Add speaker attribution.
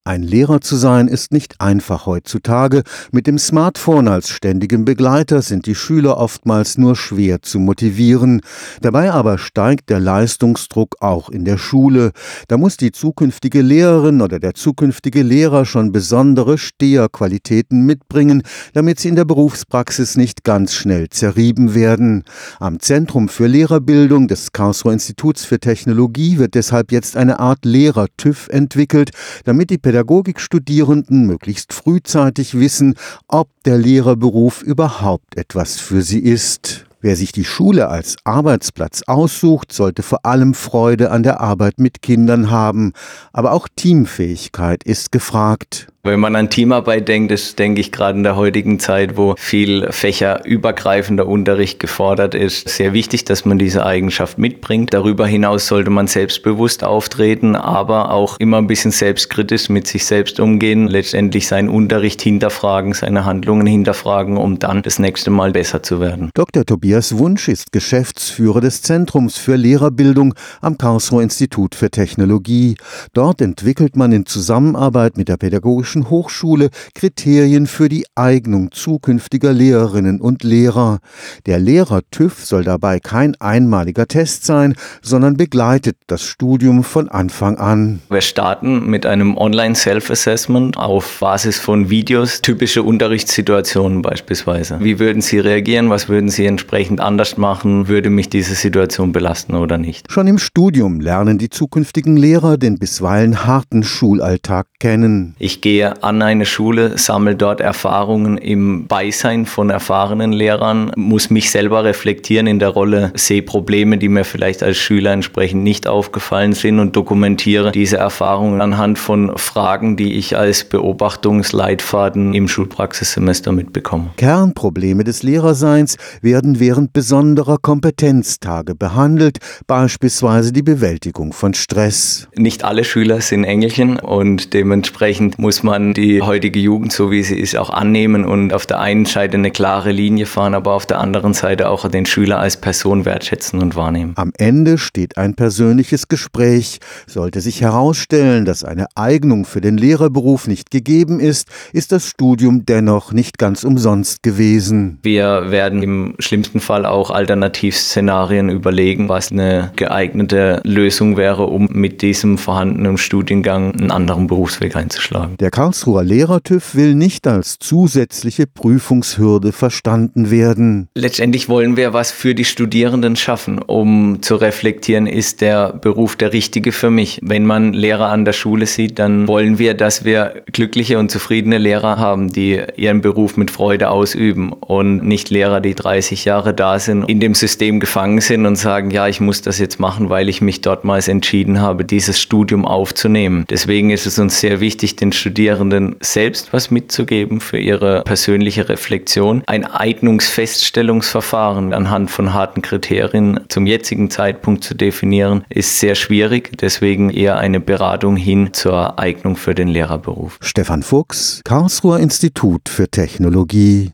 Speaker 1: Ein Lehrer zu sein ist nicht einfach heutzutage. Mit dem Smartphone als ständigem Begleiter sind die Schüler oftmals nur schwer zu motivieren. Dabei aber steigt der Leistungsdruck auch in der Schule. Da muss die zukünftige Lehrerin oder der zukünftige Lehrer schon besondere Steherqualitäten mitbringen, damit sie in der Berufspraxis nicht ganz schnell zerrieben werden. Am Zentrum für Lehrerbildung des Karlsruher Instituts für Technologie wird deshalb jetzt eine Art Lehrer-TÜV entwickelt, damit die Pädagogikstudierenden möglichst frühzeitig wissen, ob der Lehrerberuf überhaupt etwas für sie ist. Wer sich die Schule als Arbeitsplatz aussucht, sollte vor allem Freude an der Arbeit mit Kindern haben. Aber auch Teamfähigkeit ist gefragt.
Speaker 2: Wenn man an Teamarbeit denkt, das denke ich gerade in der heutigen Zeit, wo viel fächerübergreifender Unterricht gefordert ist, sehr wichtig, dass man diese Eigenschaft mitbringt. Darüber hinaus sollte man selbstbewusst auftreten, aber auch immer ein bisschen selbstkritisch mit sich selbst umgehen, letztendlich seinen Unterricht hinterfragen, seine Handlungen hinterfragen, um dann das nächste Mal besser zu werden.
Speaker 1: Dr. Tobias Wunsch ist Geschäftsführer des Zentrums für Lehrerbildung am Karlsruher Institut für Technologie. Dort entwickelt man in Zusammenarbeit mit der Pädagogischen Hochschule Kriterien für die Eignung zukünftiger Lehrerinnen und Lehrer. Der Lehrer-TÜV soll dabei kein einmaliger Test sein, sondern begleitet das Studium von Anfang an.
Speaker 2: Wir starten mit einem Online-Self-Assessment auf Basis von Videos, typische Unterrichtssituationen beispielsweise. Wie würden Sie reagieren? Was würden Sie entsprechend anders machen? Würde mich diese Situation belasten oder nicht?
Speaker 1: Schon im Studium lernen die zukünftigen Lehrer den bisweilen harten Schulalltag kennen.
Speaker 2: Ich gehe an eine Schule, sammle dort Erfahrungen im Beisein von erfahrenen Lehrern, muss mich selber reflektieren in der Rolle, sehe Probleme, die mir vielleicht als Schüler entsprechend nicht aufgefallen sind und dokumentiere diese Erfahrungen anhand von Fragen, die ich als Beobachtungsleitfaden im Schulpraxissemester mitbekomme.
Speaker 1: Kernprobleme des Lehrerseins werden während besonderer Kompetenztage behandelt, beispielsweise die Bewältigung von Stress.
Speaker 2: Nicht alle Schüler sind Engelchen und dementsprechend muss man die heutige Jugend, so wie sie ist, auch annehmen und auf der einen Seite eine klare Linie fahren, aber auf der anderen Seite auch den Schüler als Person wertschätzen und wahrnehmen.
Speaker 1: Am Ende steht ein persönliches Gespräch. Sollte sich herausstellen, dass eine Eignung für den Lehrerberuf nicht gegeben ist, ist das Studium dennoch nicht ganz umsonst gewesen.
Speaker 2: Wir werden im schlimmsten Fall auch Alternativszenarien überlegen, was eine geeignete Lösung wäre, um mit diesem vorhandenen Studiengang einen anderen Berufsweg einzuschlagen.
Speaker 1: Der Karlsruher Lehrer-TÜV will nicht als zusätzliche Prüfungshürde verstanden werden.
Speaker 2: Letztendlich wollen wir was für die Studierenden schaffen, um zu reflektieren, ist der Beruf der richtige für mich. Wenn man Lehrer an der Schule sieht, dann wollen wir, dass wir glückliche und zufriedene Lehrer haben, die ihren Beruf mit Freude ausüben und nicht Lehrer, die 30 Jahre da sind, in dem System gefangen sind und sagen, ja, ich muss das jetzt machen, weil ich mich dortmals entschieden habe, dieses Studium aufzunehmen. Deswegen ist es uns sehr wichtig, den Studierenden selbst was mitzugeben für ihre persönliche Reflexion. Ein Eignungsfeststellungsverfahren anhand von harten Kriterien zum jetzigen Zeitpunkt zu definieren, ist sehr schwierig. Deswegen eher eine Beratung hin zur Eignung für den Lehrerberuf.
Speaker 1: Stefan Fuchs, Karlsruher Institut für Technologie.